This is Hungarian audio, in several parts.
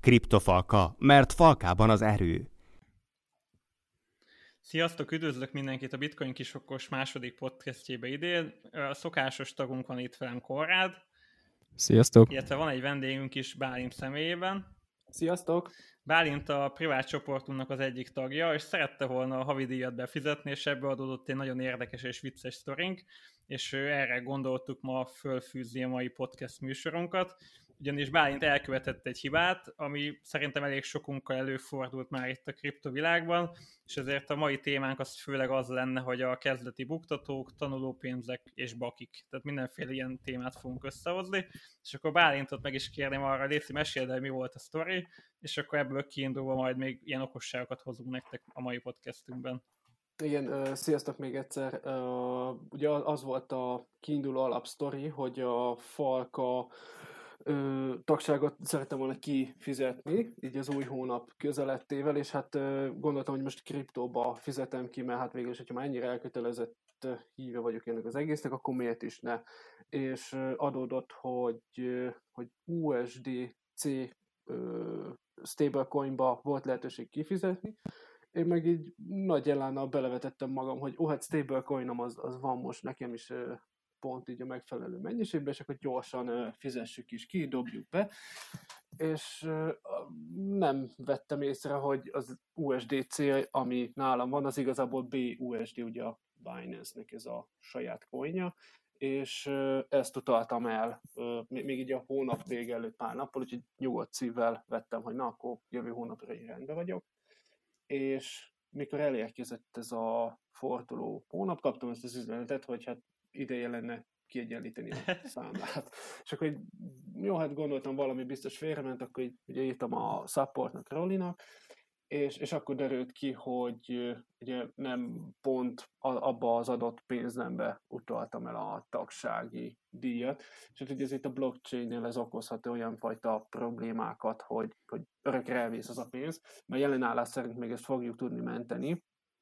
Kriptofalka, mert falkában az erő. Sziasztok, üdvözlök mindenkit a Bitcoin Kisokos második podcastjébe idén. A szokásos tagunk van itt velem, Konrád. Sziasztok! Illetve van egy vendégünk is Bálint személyében. Sziasztok! Bálint a privát csoportunknak az egyik tagja, és szerette volna a havidíjat befizetni, és ebből adódott egy nagyon érdekes és vicces sztorink, és erre gondoltuk ma fölfűzni a mai podcast műsorunkat, ugyanis Bálint elkövetett egy hibát, ami szerintem elég sokunkkal előfordult már itt a kriptovilágban, és ezért a mai témánk az főleg az lenne, hogy a kezdeti buktatók, tanulópénzek és bakik, tehát mindenféle ilyen témát fogunk összehozni, és akkor Bálintot meg is kérném arra, Léci, meséld el, mi volt a sztori, és akkor ebből kiindulva majd még ilyen okosságokat hozunk nektek a mai podcastünkben. Igen, sziasztok még egyszer. Ugye az volt a kiinduló alapsztori, hogy a Falka tagságot szerettem volna kifizetni, így az új hónap közelettével, és hát gondoltam, hogy most kriptóba fizetem ki, mert hát végül is, hogyha már ennyire elkötelezett híve vagyok ennek az egésznek, akkor miért is ne? És adódott, hogy USDC stablecoinba volt lehetőség kifizetni, én meg így nagy elánnal belevetettem magam, hogy hát stablecoinom az van most nekem is pont így a megfelelő mennyiségben, és akkor gyorsan fizessük is ki, dobjuk be. És nem vettem észre, hogy az USDC, ami nálam van, az igazából BUSD, ugye a Binance-nek ez a saját coinja, és ezt utaltam el még így a hónap vége előtt pár nappal, úgyhogy nyugodt szívvel vettem, hogy na, akkor jövő hónapra így rendben vagyok. És mikor elérkezett ez a forduló hónap, kaptam ezt az üzenetet, hogy hát ideje lenne kiegyenlíteni a számlát. És akkor így, jó, hát gondoltam, valami biztos félrement, akkor így ugye írtam a supportnak, Rollinak, és akkor derült ki, hogy ugye nem pont abba az adott pénznembe utaltam el a tagsági díjat, és hát ugye ez itt a blockchain-nél ez okozhat olyan fajta problémákat, hogy örökre elvész az a pénz, mert jelenállás szerint még ezt fogjuk tudni menteni,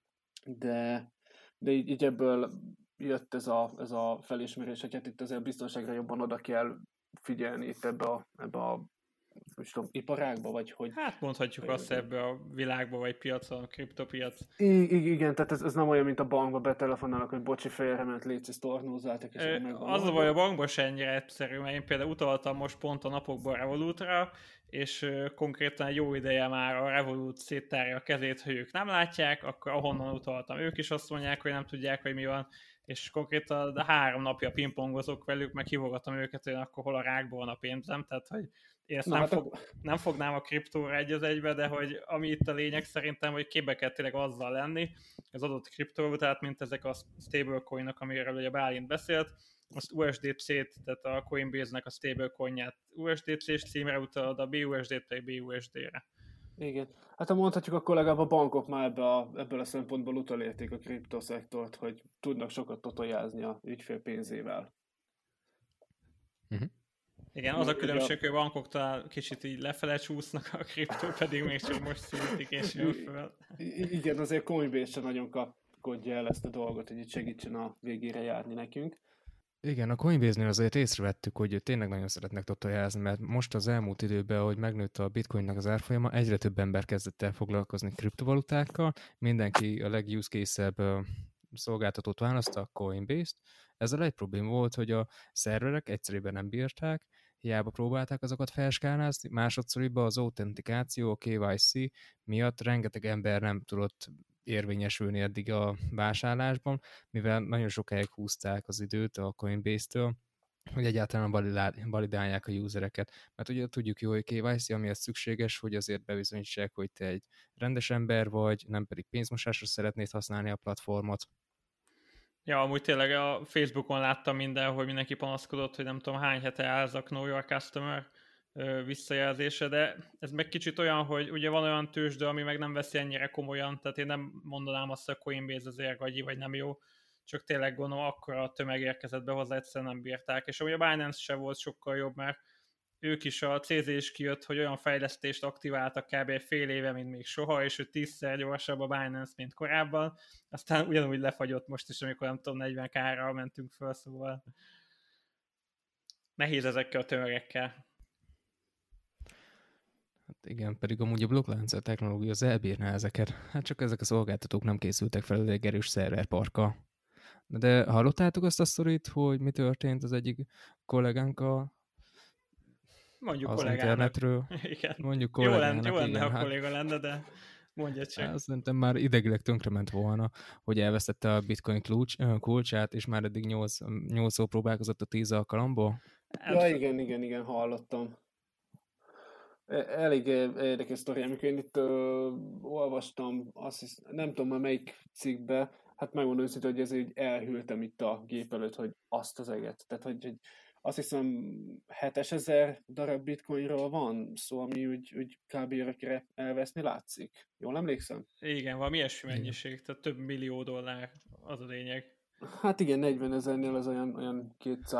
de így ebből jött ez a felismerés, hogy hát itt azért biztonságra jobban oda kell figyelni itt ebbe a nem tudom, iparágba, vagy hogy... Hát mondhatjuk azt ebbe a világba, vagy piacon, a kriptopiac. Igen, tehát ez nem olyan, mint a bankba betelefonálnak, hogy bocsi, félrement, légy, ezt tornózzátok, és az a baj, a bankban se ennyire egyszerű, mert én például utaltam most pont a napokban a Revolutra, és konkrétan egy jó ideje már a Revolut széttárja a kezét, hogy ők nem látják, akkor ahonnan utaltam, ők is azt mondják, hogy nem tudják, hogy mi van, és konkrétan 3 napja pingpongozok velük, meg hívogatom őket, hogy akkor hol a rákban van a pénzem, tehát hogy én ezt nem fognám a kriptóra egy az egybe, de hogy ami itt a lényeg szerintem, hogy képbe kell tényleg azzal lenni, az adott kriptóval, tehát mint ezek a stablecoinok, amiről ugye Bálint beszélt, azt USDC-t, tehát a Coinbase-nek a stablecoinját USDC-s címre utalod, a BUSD-t pedig BUSD-re. Igen. Hát ha mondhatjuk, akkor legalább a bankok már ebből a szempontból utolérték a kriptoszektort, hogy tudnak sokat totojázni a ügyfél pénzével. Igen, az a különbség, hogy a bankoktól kicsit így lefele csúsznak, a kriptó pedig még csak most születik és jön föl. Igen, azért Coinbase sem nagyon kapkodja el ezt a dolgot, hogy itt segítsen a végére járni nekünk. Igen, a Coinbase-nél azért észrevettük, hogy tényleg nagyon szeretnek totojázni, mert most az elmúlt időben, ahogy megnőtt a bitcoinnak az árfolyama, egyre több ember kezdett el foglalkozni kriptovalutákkal, mindenki a leguse case-ebb szolgáltatót választta, a Coinbase-t. Ezzel egy probléma volt, hogy a szerverek egyszerűen nem bírták, hiába próbálták azokat felskálnázni, másodszorban az autentikáció, a KYC miatt rengeteg ember nem tudott érvényesülni eddig a vásárlásban, mivel nagyon sokáig húzták az időt a Coinbase-től, hogy egyáltalán validálják a usereket. Mert ugye tudjuk jó, hogy KYC, amihez szükséges, hogy azért bebizonyítsák, hogy te egy rendes ember vagy, nem pedig pénzmosásra szeretnéd használni a platformot. Ja, amúgy tényleg a Facebookon láttam hogy mindenki panaszkodott, hogy nem tudom hány hete áll ez a Know Your Customer visszajelzése, de ez meg kicsit olyan, hogy ugye van olyan tőzsde, ami meg nem veszi ennyire komolyan, tehát én nem mondanám azt, hogy a Coinbase azért vagy nem jó, csak tényleg gondolom, akkora a tömeg érkezett be hozzá, egyszerűen nem bírták. És amúgy a Binance se volt sokkal jobb, mert ők is, a CZ is kijött, hogy olyan fejlesztést aktiváltak kb. Fél éve, mint még soha, és hogy 10-szer gyorsabb a Binance, mint korábban. Aztán ugyanúgy lefagyott most is, amikor nem tudom, 40k-ra mentünk föl, szóval nehéz ezekkel a tömegekkel. Hát igen, pedig amúgy a blokklánccal technológia az elbírná ezeket. Hát csak ezek a szolgáltatók nem készültek fel elég erős szerverparkkal. De hallottátok azt a sztorit, hogy mi történt az egyik kollégánkkal Mondjuk az kollégának. internetről? Igen. Mondjuk kollégának, jó lenne, igen, ha kolléga lenne, de mondja csak. Hát szerintem már idegileg tönkrement volna, hogy elvesztette a bitcoin kulcsát, és már eddig 8 próbálkozott a 10 alkalomból. Ja, igen, hallottam. Elég érdekes sztori, amikor én itt olvastam, nem tudom már melyik cikkbe, hát megmondom őszintén, hogy ezért elhűltem itt a gép előtt, hogy azt az eget. Tehát, hogy azt hiszem 7000 darab bitcoinról van szó, ami úgy kb. Örökre elveszni látszik. Jól emlékszem? Igen, valami ilyesmi mennyiség, tehát több millió dollár az a lényeg. Hát igen, 40 000-nél az olyan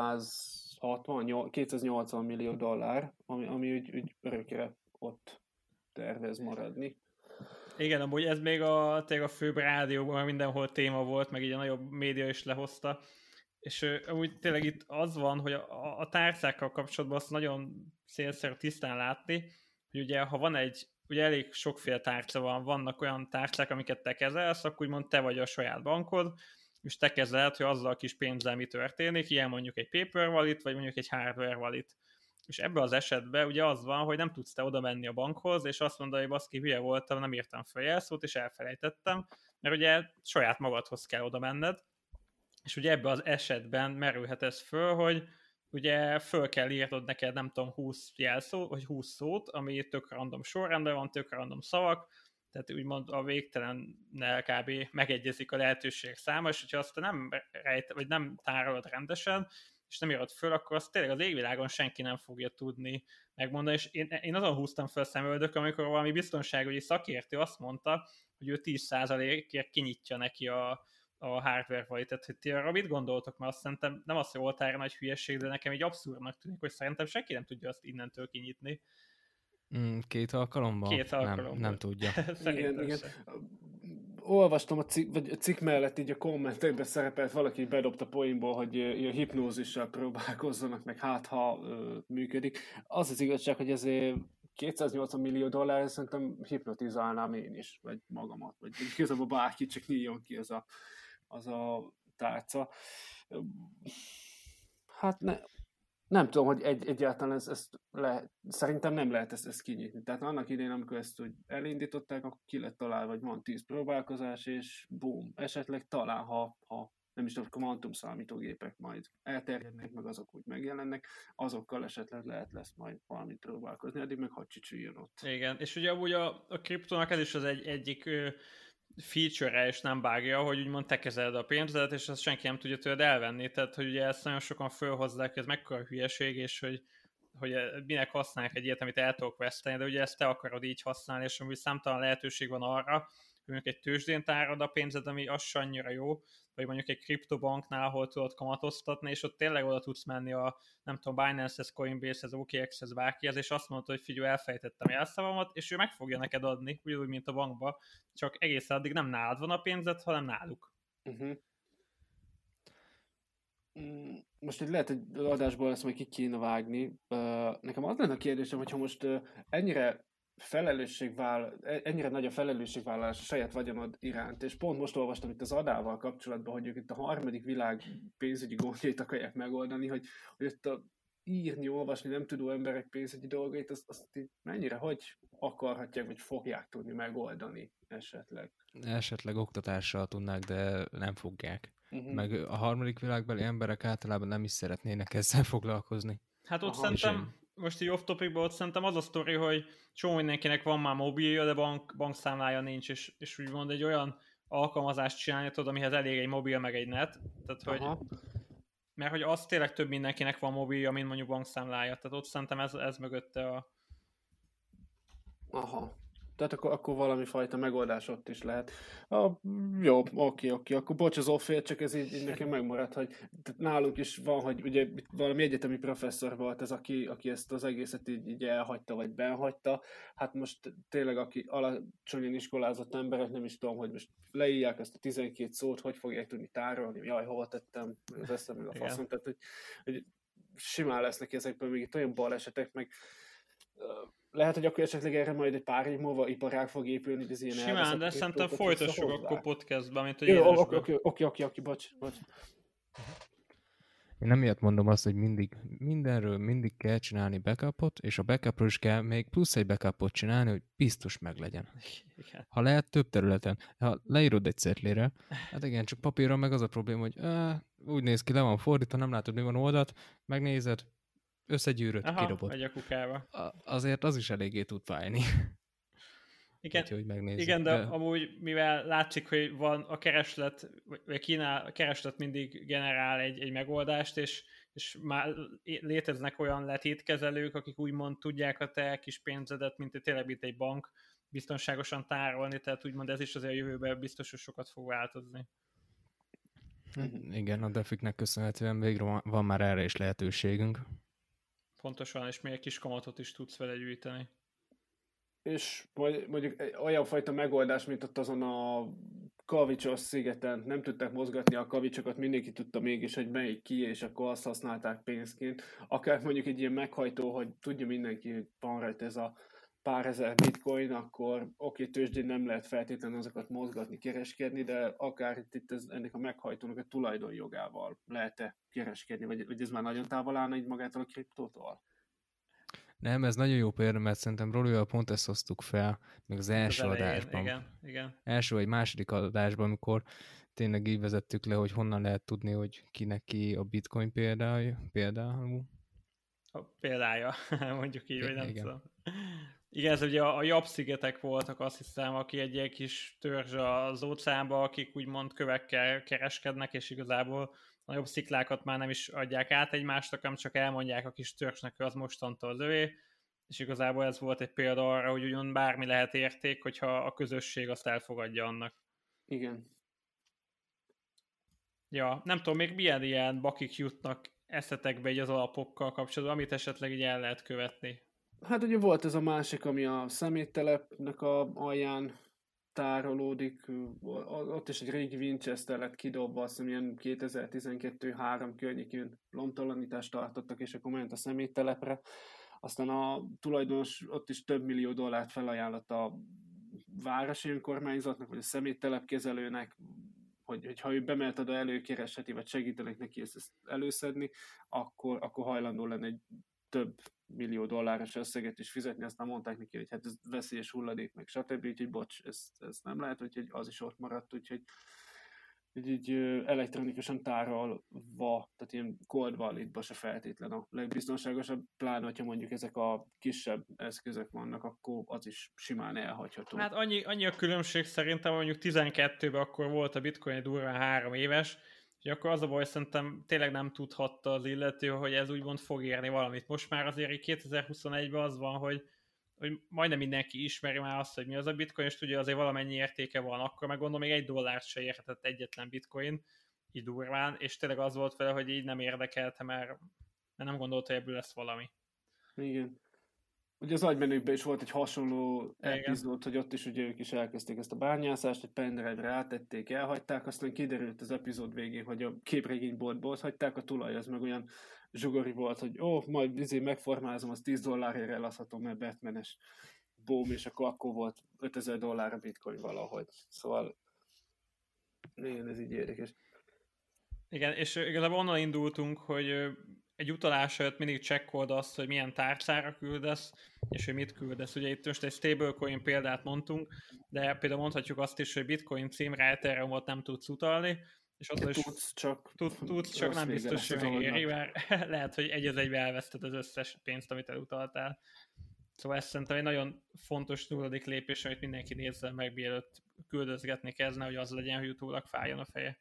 280 millió dollár, ami úgy örökre ott tervez maradni. Igen, amúgy ez még a főbb rádióban már mindenhol téma volt, meg így a nagyobb média is lehozta. És amúgy tényleg itt az van, hogy a tárcákkal kapcsolatban azt nagyon célszerű tisztán látni, hogy ugye ha van ugye elég sokféle tárca vannak olyan tárcák, amiket te kezelsz, akkor úgymond te vagy a saját bankod, és te kezeled, hogy azzal a kis pénzzel mi történik, ilyen mondjuk egy paper wallet, vagy mondjuk egy hardware wallet. És ebben az esetben ugye az van, hogy nem tudsz te oda menni a bankhoz, és azt mondani, hogy baszki, hülye voltam, nem írtam fel jelszót, és elfelejtettem, mert ugye saját magadhoz kell oda menned, és ugye ebben az esetben merülhet ez föl, hogy ugye föl kell írnod neked, nem tudom, 20 jelszó, vagy 20 szót, ami tök random sorrendben van, tök random szavak, tehát úgymond a végtelennel kb. Megegyezik a lehetőség száma, és hogyha azt nem vagy nem tárolod rendesen, és nem írod föl, akkor azt tényleg az égvilágon senki nem fogja tudni megmondani, és én azon húztam fel szemöldök, amikor valami biztonságügyi szakértő azt mondta, hogy ő 10%-ért kinyitja neki a hardware vagy, tehát hogy ti arra mit gondoltok, mert azt szerintem nem az, hogy oltára nagy hülyeség, de nekem így abszurdnak tűnik, hogy szerintem senki nem tudja azt innentől kinyitni. 2 alkalommal? 2 alkalommal. Nem tudja. Igen. Olvastam a cikk mellett, így a kommentekben szerepelt, valaki bedobta poénból, hogy a hipnózissal próbálkozzanak, meg hát ha működik. Az igazság, hogy ezért 280 millió dollár, szerintem hipnotizálnám én is, vagy magamat, vagy igazából bárki, csak nyíljon ki az a tárca. Hát nem tudom, hogy egyáltalán szerintem nem lehet ezt kinyitni. Tehát annak idején, amikor ezt úgy elindították, akkor ki lett találva, hogy van 10 próbálkozás, és boom, esetleg talán, ha nem is tudom, kvantum számítógépek majd elterjednek, meg azok úgy megjelennek, azokkal esetleg lesz majd valamit próbálkozni, addig meg hadd csücsüljön ott. Igen, és ugye amúgy a kriptónak ez is az egyik feature-e, és nem bugja, hogy úgymond te kezeled a pénzedet, és azt senki nem tudja tőled elvenni. Tehát, hogy ugye ezt nagyon sokan fölhozzák, hogy ez mekkora hülyeség, és hogy minek használják egy ilyet, amit el tudok veszteni, de ugye ezt te akarod így használni, és amúgy számtalan lehetőség van arra, hogy mondjuk egy tőzsdén tárad a pénzed, ami az se annyira jó, vagy mondjuk egy kriptobanknál, ahol tudod kamatoztatni, és ott tényleg oda tudsz menni a, nem tudom, Binance-hez, Coinbase-hez, OKX-hez, bárkihez, és azt mondod, hogy figyelj, elfejtettem jelszavamat, és ő meg fogja neked adni, ugyanúgy, mint a bankba, csak egészen addig nem nálad van a pénzed, hanem náluk. Most itt lehet, hogy adásból ezt majd ki kéne vágni. Nekem az lenne a kérdésem, hogyha most ennyire nagy a felelősségvállalás a saját vagyonod iránt, és pont most olvastam itt az Adával kapcsolatban, hogy ők itt a harmadik világ pénzügyi gondjait akarják megoldani, hogy itt a írni, olvasni nem tudó emberek pénzügyi dolgait, azt mennyire, hogy akarhatják, vagy fogják tudni megoldani esetleg? Esetleg oktatással tudnák, de nem fogják. Meg a harmadik világbeli emberek általában nem is szeretnének ezzel foglalkozni. Hát ott szerintem, most így off-topicban ott szerintem az a sztori, hogy csomó mindenkinek van már mobilja, de bankszámlája nincs, és úgymond egy olyan alkalmazást csinálni tudod, amihez elég egy mobil meg egy net. Tehát, hogy, mert hogy az tényleg több mindenkinek van mobilja, mint mondjuk bankszámlája. Tehát ott szerintem ez mögötte a... Aha. Tehát akkor valami fajta megoldás ott is lehet. Jó, oké. Akkor bocs az off-ér, csak ez így nekem megmaradt, hogy nálunk is van, hogy ugye valami egyetemi professzor volt ez, aki ezt az egészet így elhagyta, vagy benhagyta. Hát most tényleg, aki alacsonyan iskolázott emberek, nem is tudom, hogy most leírják ezt a 12 szót, hogy fogják tudni tárolni, jaj, hova tettem, az eszem meg a faszom. Tehát, hogy simán lesznek ezekből még itt olyan balesetek, meg Lehet, hogy akkor esetleg erre majd egy pár év múlva iparág fog épülni, hogy az ilyen Simán, de szerintem folytassuk akkor podcastban, mint hogy Oké, bocs. Én emiatt mondom azt, hogy mindenről mindig kell csinálni backupot, és a backupról is kell még plusz egy backupot csinálni, hogy biztos meglegyen. Igen. Ha lehet több területen. Ha leírod egy cetlére, hát igen, csak papíron meg az a probléma, hogy úgy néz ki, le van fordítva, nem látod, mi van oldalt, megnézed, összegyűröd, kirobod. Megy a kukába. Azért az is eléggé tud fájni. Igen, úgyhogy megnézzük. Igen, de amúgy, mivel látszik, hogy van a kereslet, vagy a kereslet mindig generál egy megoldást, és már léteznek olyan letétkezelők, akik úgymond tudják a te kis pénzedet, tényleg mint egy bank, biztonságosan tárolni, tehát úgymond ez is azért a jövőben biztos, hogy sokat fog változni. Igen, a defiknek köszönhetően végre van már erre is lehetőségünk. Pontosan, és még egy kis kamatot is tudsz vele gyűjteni. És mondjuk olyan fajta megoldás, mint ott azon a kavicsos szigeten, nem tudták mozgatni a kavicsokat, mindenki tudta mégis, hogy melyik ki, és akkor azt használták pénzként. Akár mondjuk egy ilyen meghajtó, hogy tudja mindenki, hogy van rajta ez a pár ezer bitcoin, akkor tőzsdén nem lehet feltétlenül azokat mozgatni, kereskedni, de akár itt ennek a meghajtónak a tulajdonjogával lehet-e kereskedni, vagy ez már nagyon távol állna így magától a kriptótól? Nem, ez nagyon jó példa, mert szerintem Rolival pont ezt hoztuk fel, meg az első adásban. Igen. Első vagy második adásban, amikor tényleg így vezettük le, hogy honnan lehet tudni, hogy kinek ki a bitcoin például. A példája, mondjuk így, vagy nem igen. tudom. Igen, ez ugye a Jap-szigetek voltak, azt hiszem, aki egy ilyen kis törzs az óceánban, akik úgymond kövekkel kereskednek, és igazából a nagyobb sziklákat már nem is adják át egymásnak, hanem csak elmondják a kis törzsnek, hogy az mostantól az övé, és igazából ez volt egy példa arra, hogy ugyan bármi lehet érték, hogyha a közösség azt elfogadja annak. Igen. Ja, nem tudom, még milyen ilyen bakik jutnak eszetekbe így az alapokkal kapcsolatban, amit esetleg így el lehet követni. Hát ugye volt ez a másik, ami a szeméttelepnek a alján tárolódik, ott is egy régi Winchester lett kidobva, azt hiszem ilyen 2012-3 környékén lomtalanítást tartottak, és akkor ment a szeméttelepre. Aztán a tulajdonos ott is több millió dollárt felajánlott a városi önkormányzatnak, vagy a szeméttelepkezelőnek, hogy ha ő bemelt oda előkeresheti, vagy segítenek neki ezt előszedni, akkor hajlandó lenne egy több millió dolláros összeget is fizetni, aztán mondták neki, hogy hát ez veszélyes hulladék, meg stb. Úgyhogy bocs, ez nem lehet, úgyhogy az is ott maradt, úgyhogy így elektronikusan tárolva, tehát ilyen cold walletba se feltétlen a legbiztonságosabb, pláne, hogyha mondjuk ezek a kisebb eszközök vannak, akkor az is simán elhagyható. Hát annyi a különbség szerintem, mondjuk 12-ben akkor volt a bitcoin durván 3 éves, és akkor az a baj, szerintem tényleg nem tudhatta az illető, hogy ez úgymond fog érni valamit. Most már azért 2021-ben az van, hogy majdnem mindenki ismeri már azt, hogy mi az a bitcoin, és tudja azért valamennyi értéke van. Akkor meg gondolom még $1 se érhetett egyetlen bitcoin, így durván, és tényleg az volt vele, hogy így nem érdekelte, mert nem gondolta, hogy ebből lesz valami. Igen. Ugye az agymenőkben is volt egy hasonló epizód, hogy ott is ugye ők is elkezdték ezt a bányászást, egy pendrive-re átették, elhagyták, aztán kiderült az epizód végén, hogy a képregényboltból ott hagyták, a tulaj az meg olyan zsugori volt, hogy majd megformázom, az $10 eladhatom, mert Batman-es boom, és akkor volt $5000 a bitcoin valahogy. Szóval igen, ez így érdekes. Igen, és igazából onnan indultunk, hogy egy utalás előtt mindig csekkold azt, hogy milyen tárcára küldesz, és hogy mit küldesz. Ugye itt most egy stablecoin példát mondtunk, de például mondhatjuk azt is, hogy bitcoin címre Ethereumot nem tudsz utalni, és az is tudsz, csak nem biztos, hogy megéri, mert lehet, hogy egy az egybe elveszted az összes pénzt, amit elutaltál. Szóval ez szerintem egy nagyon fontos nulladik lépés, amit mindenki nézzen meg, mielőtt küldözgetni kezdne, hogy az legyen, hogy utólag fájjon a feje.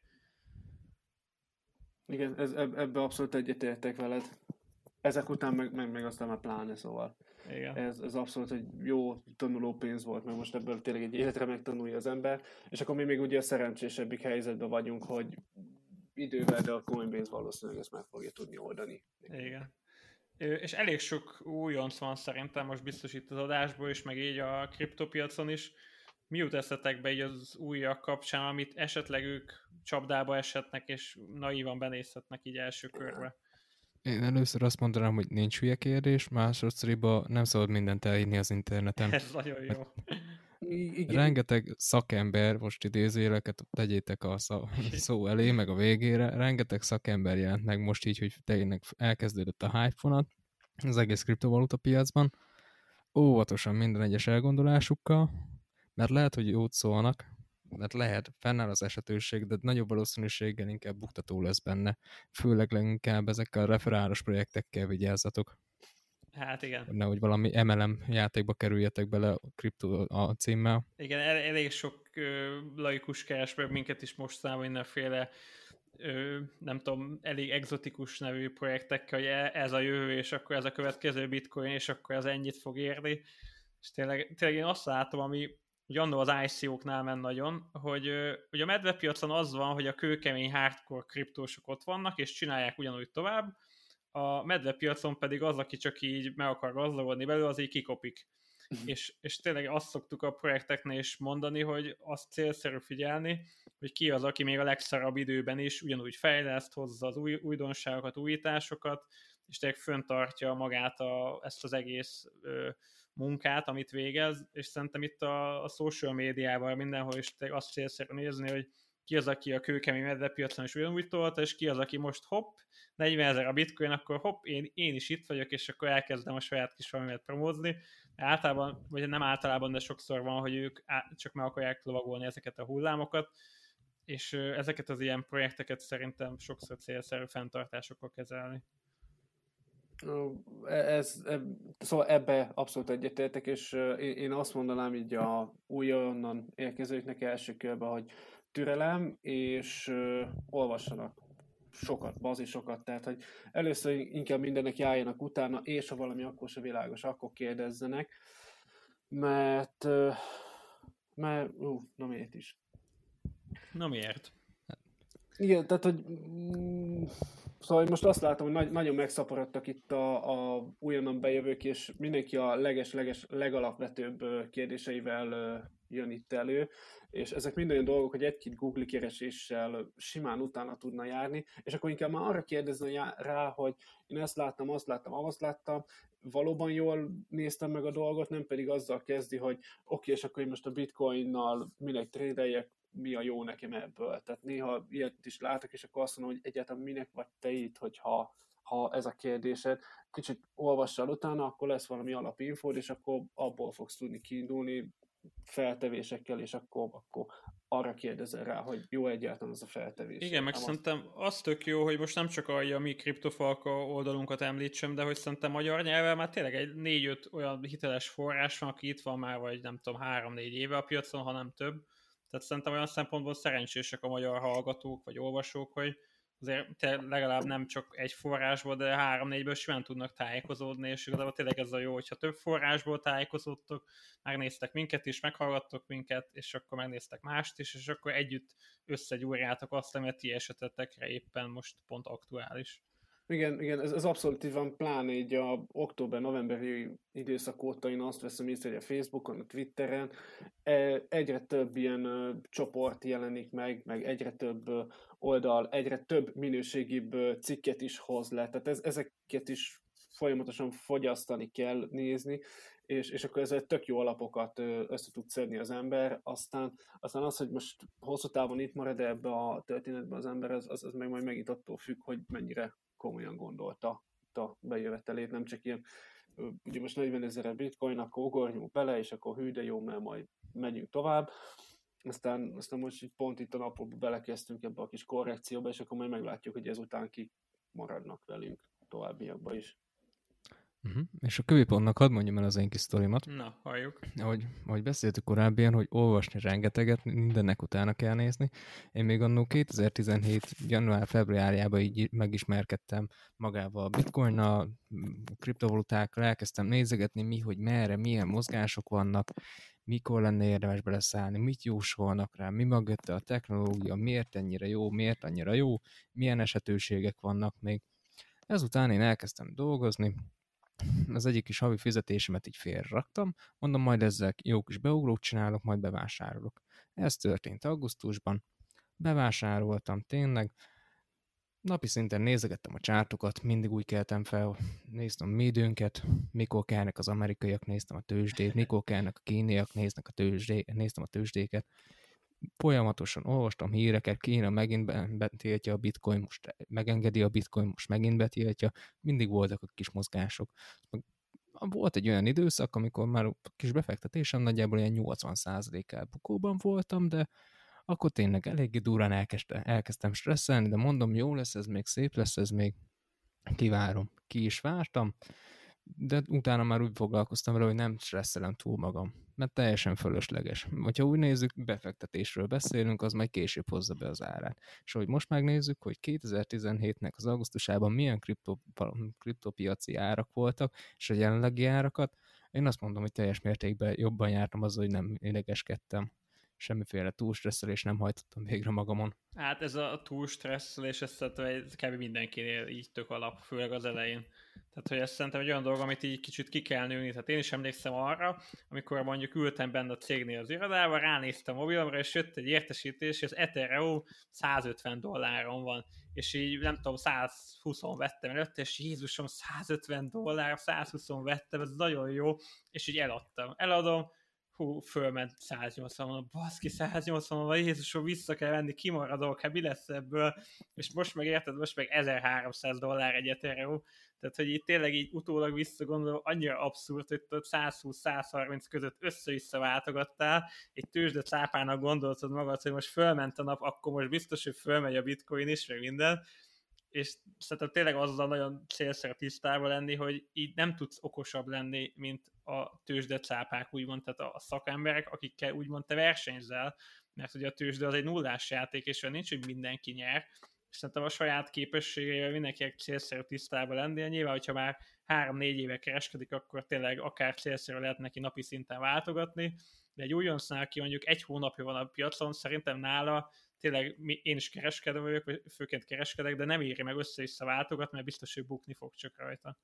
Igen, ebbe abszolút egyetértek veled. Ezek után meg aztán már pláne, szóval. Igen. Ez abszolút egy jó tanuló pénz volt, mert most ebből tényleg egy életre megtanulja az ember, és akkor mi még ugye a szerencsésebbik helyzetben vagyunk, hogy idővel, de a Coinbase valószínűleg ezt meg fogja tudni oldani. Igen. És elég sok újonc van szerintem most biztos itt az adásból is, meg így a kriptopiacon is. Mi jut eszetekbe így az újak kapcsán, amit esetleg ők csapdába eshetnek, és naívan benézhetnek így első körbe? Én először azt mondanám, hogy nincs hülye kérdés, másodszoriban nem szabad mindent elhinni az interneten. Ez nagyon jó. Rengeteg szakember, most idézőjeleket tegyétek a szó elé, meg a végére, rengeteg szakember jelent meg most így, hogy tényleg elkezdődött a hype vonat az egész kriptovaluta piacban. Óvatosan minden egyes elgondolásukkal, mert lehet, hogy jót szólnak, mert lehet, fennáll az esetőség, de nagyobb valószínűséggel inkább buktató lesz benne. Főleg leginkább ezekkel a referálos projektekkel vigyázzatok. Hát igen. Nehogy valami MLM játékba kerüljetek bele a kripto a címmel. Igen, elég sok laikus keres meg minket is mostanában mindenféle nem tudom, elég egzotikus nevű projektekkel, hogy ez a jövő, és akkor ez a következő bitcoin, és akkor ez ennyit fog érni. És tényleg én azt látom, ami hogy annól az ICO-knál ment nagyon, hogy a medvepiacon az van, hogy a kőkemény hardcore kriptósok ott vannak, és csinálják ugyanúgy tovább, a medvepiacon pedig az, aki csak így meg akar gazdagodni belőle, az így kikopik. És tényleg azt szoktuk a projekteknél is mondani, hogy azt célszerű figyelni, hogy ki az, aki még a legszarabb időben is ugyanúgy fejleszt, hozza az újdonságokat, újításokat, és tényleg föntartja magát ezt az egész munkát, amit végez, és szerintem itt a social médiával mindenhol is azt célszerű nézni, hogy ki az, aki a kőkemény medvepiacon is ugyanúgy tolta, és ki az, aki most hopp, 40 000 a bitcoin, akkor hopp, én is itt vagyok, és akkor elkezdem a saját kis valamimet promózni. Általában, vagy nem általában, de sokszor van, hogy ők csak meg akarják lovagolni ezeket a hullámokat, és ezeket az ilyen projekteket sokszor célszerű fenntartásokkal kezelni. Szóval ebbe abszolút egyetértek, és én azt mondanám így a újonnan érkezőknek első körben, hogy türelem, és olvassanak bazisokat, tehát hogy először inkább mindennek járjanak utána, és ha valami akkor se világos, akkor kérdezzenek, mert na miért is? Na miért? Igen, tehát hogy szóval most azt látom, hogy nagyon megszaporodtak itt a újonnan bejövők, és mindenki a legalapvetőbb kérdéseivel jön itt elő, és ezek mind olyan dolgok, hogy egy-két Google kereséssel simán utána tudna járni, és akkor inkább már arra kérdezni rá, hogy én ezt láttam, azt láttam, valóban jól néztem meg a dolgot, nem pedig azzal kezdi, hogy oké, és akkor én most a bitcoinnal minek trédeljek, mi a jó nekem ebből. Tehát néha ilyet is látok, és akkor azt mondom, hogy egyáltalán minek vagy te itt, hogyha ez a kérdésed. Kicsit olvassál utána, akkor lesz valami alapinfód, és akkor abból fogsz tudni kiindulni feltevésekkel, és akkor arra kérdezel rá, hogy jó egyáltalán az a feltevés. Igen, meg szerintem az tök jó, hogy most nem csak a mi kriptofalka oldalunkat említsem, de hogy szerintem magyar nyelven már tényleg egy 4-5 olyan hiteles forrás van, aki itt van már, vagy nem tudom, 3-4 éve a piacon, ha nem több. Tehát szerintem olyan szempontból szerencsések a magyar hallgatók, vagy olvasók, hogy azért legalább nem csak egy forrásból, de 3-4-ből simán tudnak tájékozódni, és igazából tényleg ez a jó, hogyha több forrásból tájékozódtok, megnéztek minket is, meghallgattok minket, és akkor megnéztek mást is, és akkor együtt összegyúrjátok azt, ami a ti esetetekre éppen most pont aktuális. Igen, ez abszolút így van, pláne így a október-novemberi időszak óta én azt veszem észre, hogy a Facebookon, a Twitteren egyre több ilyen csoport jelenik meg egyre több oldal, egyre több minőségibb cikket is hoz le, tehát ezeket is folyamatosan fogyasztani kell, nézni, és akkor ezzel tök jó alapokat össze tud szedni az ember, aztán az, hogy most hosszú távon itt marad ebbe a történetben az ember, az meg majd megint attól függ, hogy mennyire komolyan gondolta a bejövetelét, nem csak ilyen, ugye most 40 000 bitcoin, akkor ugorjunk bele, és akkor hű, de jó, mert majd megyünk tovább. Aztán most így pont itt a napokban belekezdtünk ebbe a kis korrekcióba, és akkor majd meglátjuk, hogy ezután ki maradnak velünk továbbiakban is. És a kövipontnak hadd mondjam el az én kis sztorimat. Na, halljuk. Ahogy beszéltük korábban, hogy olvasni rengeteget, mindennek utána kell nézni. Én még annó 2017. január-februárjában így megismerkedtem magával a bitcoinnal, kriptovalutákkal, elkezdtem nézegetni mi, hogy merre, milyen mozgások vannak, mikor lenne érdemes beleszállni, mit jósolnak rá, mi mögötte a technológia, miért ennyire jó, miért annyira jó, milyen esetőségek vannak még. Ezután én elkezdtem dolgozni, az egyik kis havi fizetésemet így félreraktam, mondom, majd ezzel jó kis beugrót csinálok, majd bevásárolok. Ez történt augusztusban, bevásároltam tényleg, napi szinten nézegettem a csártokat, mindig úgy keltem fel, néztem a médiumket, mikor kelnek az amerikaiak, néztem a tőzsdét, mikor kelnek a kínaiak, néztem a tőzsdéket. Folyamatosan olvastam híreket, Kína megint betiltja a bitcoin, most megengedi a bitcoin, most megint betiltja, mindig voltak a kis mozgások. Volt egy olyan időszak, amikor már a kis befektetésem nagyjából ilyen 80%-ál bukóban voltam, de akkor tényleg eléggé durrán elkezdtem stresszelni, de mondom, jó lesz ez még, szép lesz ez még, kivárom. Ki is vártam, de utána már úgy foglalkoztam vele, hogy nem stresszelem túl magam, mert teljesen fölösleges. Hogyha úgy nézzük, befektetésről beszélünk, az majd később hozza be az árát. És ahogy most megnézzük, hogy 2017-nek az augusztusában milyen kriptopiaci árak voltak, és a jelenlegi árakat, én azt mondom, hogy teljes mértékben jobban jártam azzal, hogy nem idegeskedtem. Semmiféle túlstresszelés nem hajtottam végre magamon. Hát ez a túlstresszelés, ez kb. Mindenkinél így tök alap, főleg az elején. Tehát, hogy ez szerintem egy olyan dolog, amit így kicsit ki kell nőni. Tehát én is emlékszem arra, amikor mondjuk ültem benne a cégnél az irodában, ránéztem a mobilomra, és jött egy értesítés, hogy az Ethereum $150 van. És így nem tudom, 120 vettem előtte, és Jézusom, $150, 120 vettem, ez nagyon jó, és így eladom, fölment 180, mondom, baszki, 180 van, Jézusom, vissza kell venni, kimaradok, hát mi lesz ebből, és most meg érted, most meg $1300 egy Ethereum, tehát hogy itt tényleg így utólag visszagondolom, annyira abszurd, hogy 120-130 között össze-vissza váltogattál, egy tőzsde cápának gondoltad magad, hogy most fölment a nap, akkor most biztos, hogy fölmegy a bitcoin is, meg minden, és szerintem tényleg azzal nagyon célszerű tisztában lenni, hogy így nem tudsz okosabb lenni, mint a tőzsdecápák, úgymond, tehát a szakemberek, akikkel úgymond te versenyzel, mert ugye a tőzsde az egy nullás játék, és olyan nincs, hogy mindenki nyer, és szerintem a saját képességeivel mindenkinek célszerű tisztában lenni, nyilván, hogyha már 3-4 éve kereskedik, akkor tényleg akár célszerű lehet neki napi szinten váltogatni, de egy újoncnál, aki mondjuk 1 hónapja van a piacon, szerintem nála tényleg én is kereskedő vagyok, vagy főként kereskedek, de nem éri meg össze-vissza váltogatni, mert biztos, hogy bukni fog csak rajta.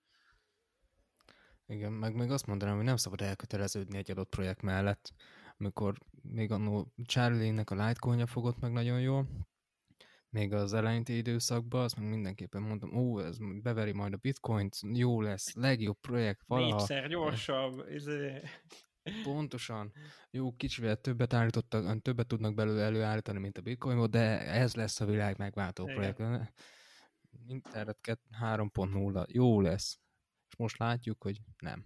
Igen, meg még azt mondanám, hogy nem szabad elköteleződni egy adott projekt mellett, amikor még annó Charlie-nek a Litecoin-ja fogott meg nagyon jól, még az eleinte időszakban, azt meg mindenképpen mondtam, ez beveri majd a Bitcoint, jó lesz, legjobb projekt valaha. Népszer, gyorsabb, Pontosan. Jó, kicsivel többet tudnak belőle előállítani, mint a Bitcoin, de ez lesz a világ megváltó projekt. Internet 3.0 jó lesz. És most látjuk, hogy nem.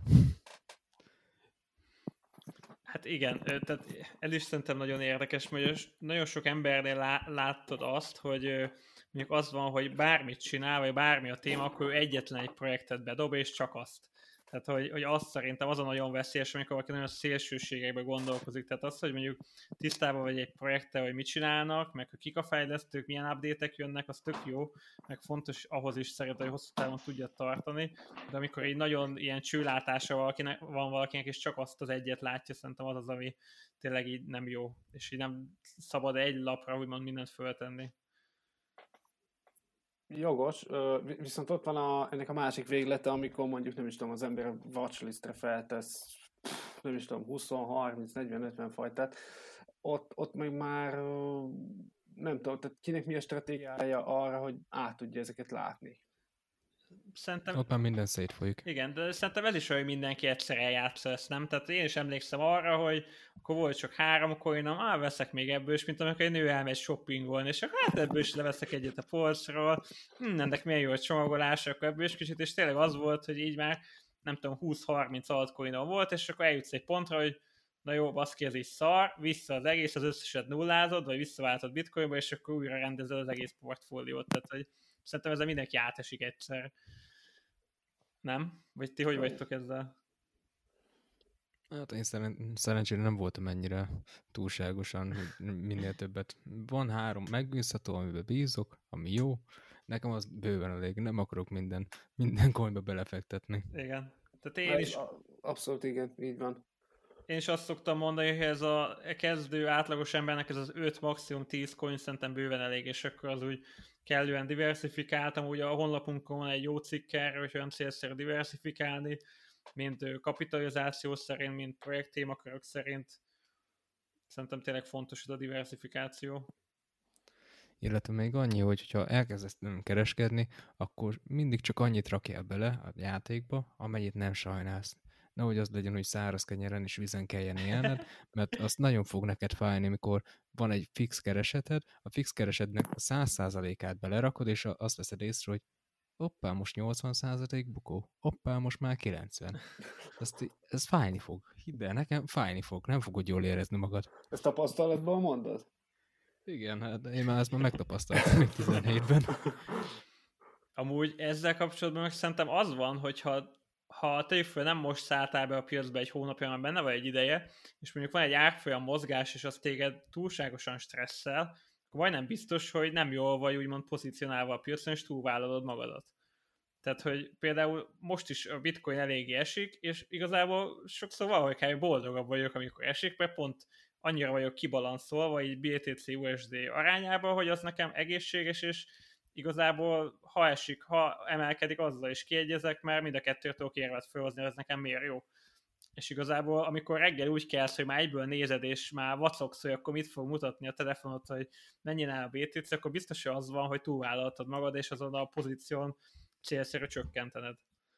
Hát igen, tehát ez is szerintem nagyon érdekes, mert nagyon sok embernél láttad azt, hogy mondjuk az van, hogy bármit csinál, vagy bármi a téma, akkor ő egyetlen egy projektet bedob, és csak azt. Tehát, hogy azt szerintem az a nagyon veszélyes, amikor valaki nagyon szélsőségekbe gondolkozik. Tehát az, hogy mondjuk tisztában vagy egy projekttel, hogy mit csinálnak, meg hogy kik a fejlesztők, milyen update-ek jönnek, az tök jó, meg fontos ahhoz is szerintem, hogy hosszú távon tudja tartani. De amikor így nagyon ilyen csőlátása van valakinek, és csak azt az egyet látja, szerintem az az, ami tényleg így nem jó. És így nem szabad egy lapra úgymond mindent föltenni. Jogos, viszont ott van ennek a másik véglete, amikor mondjuk nem is tudom, az ember watchlistre feltesz, nem is tudom, 20, 30, 40, 50 fajtát, ott meg már nem tudom, tehát kinek mi a stratégiája arra, hogy át tudja ezeket látni. Szerintem... Ott már minden szétfolyik. Igen, de szerintem ez is olyan, hogy mindenki egyszer eljátsza ezt, nem? Tehát én is emlékszem arra, hogy akkor volt csak 3 coinom, veszek még ebből is, mint amikor egy nő elmegy shoppingolni, és akkor hát ebből is leveszek egyet a polcról, ennek milyen jó a csomagolás, akkor ebből is kicsit, és tényleg az volt, hogy így már nem tudom, 20-30 altcoinom volt, és akkor eljutsz egy pontra, hogy na jó, baszki, ez így szar, vissza az egész, az összeset nullázod, vagy visszaváltod bitcoinba, és akkor újra rendezed az egész portfóliót. Tehát, hogy szerintem ezzel mindenki átesik egyszer. Nem? Vagy ti hogy vagytok ezzel? Hát én szerencsére nem voltam ennyire túlságosan, hogy minél többet. Van 3 megbízható, amiben bízok, ami jó. Nekem az bőven elég, nem akarok minden coinba belefektetni. Igen. Tehát én is... Abszolút igen, így van. Én is azt szoktam mondani, hogy ez a kezdő átlagos embernek ez az 5, maximum 10 coin szerintem bőven elég, és akkor az úgy kellően diversifikáltam. Ugye a honlapunkon van egy jó cikk erről, hogy olyan célszerű diversifikálni, mint kapitalizáció szerint, mint projekttémakörök szerint. Szerintem tényleg fontos ez a diversifikáció. Illetve még annyi, hogy ha elkezdesz kereskedni, akkor mindig csak annyit rakjál bele a játékba, amennyit nem sajnálsz. Nehogy az legyen, hogy száraz kenyeren és vízen kelljen élned, mert azt nagyon fog neked fájni, mikor van egy fix kereseted, a fix keresetnek a 100%-át belerakod, és azt veszed észre, hogy hoppá, most 80% bukó, hoppá, most már 90. Ez fájni fog. Hidd el, nekem fájni fog, nem fogod jól érezni magad. Ezt tapasztalatban mondod? Igen, hát én már ezt már megtapasztaltam még 17-ben. Amúgy ezzel kapcsolatban meg szerintem az van, hogyha tegyük föl, nem most szálltál be a piacba egy hónapja, már benne vagy egy ideje, és mondjuk van egy árfolyam mozgás, és az téged túlságosan stresszel, akkor majdnem biztos, hogy nem jól vagy úgymond pozícionálva a piacon, és túlvállalod magadat. Tehát, hogy például most is a bitcoin eléggé esik, és igazából sokszor valahogy boldogabb vagyok, amikor esik, mert pont annyira vagyok kibalanszolva így BTC-USD arányában, hogy az nekem egészséges, és igazából ha esik, ha emelkedik, azzal is kiegyezek, mert mind a kettőt tudok érvet felhozni, hogy ez nekem miért jó. És igazából, amikor reggel úgy kelsz, hogy már egyből nézed, és már vacogsz, hogy akkor mit fog mutatni a telefonot, hogy mennyien áll a BTC, akkor biztos, hogy az van, hogy túlvállaltad magad, és azon a pozíción célszerű csökkentened.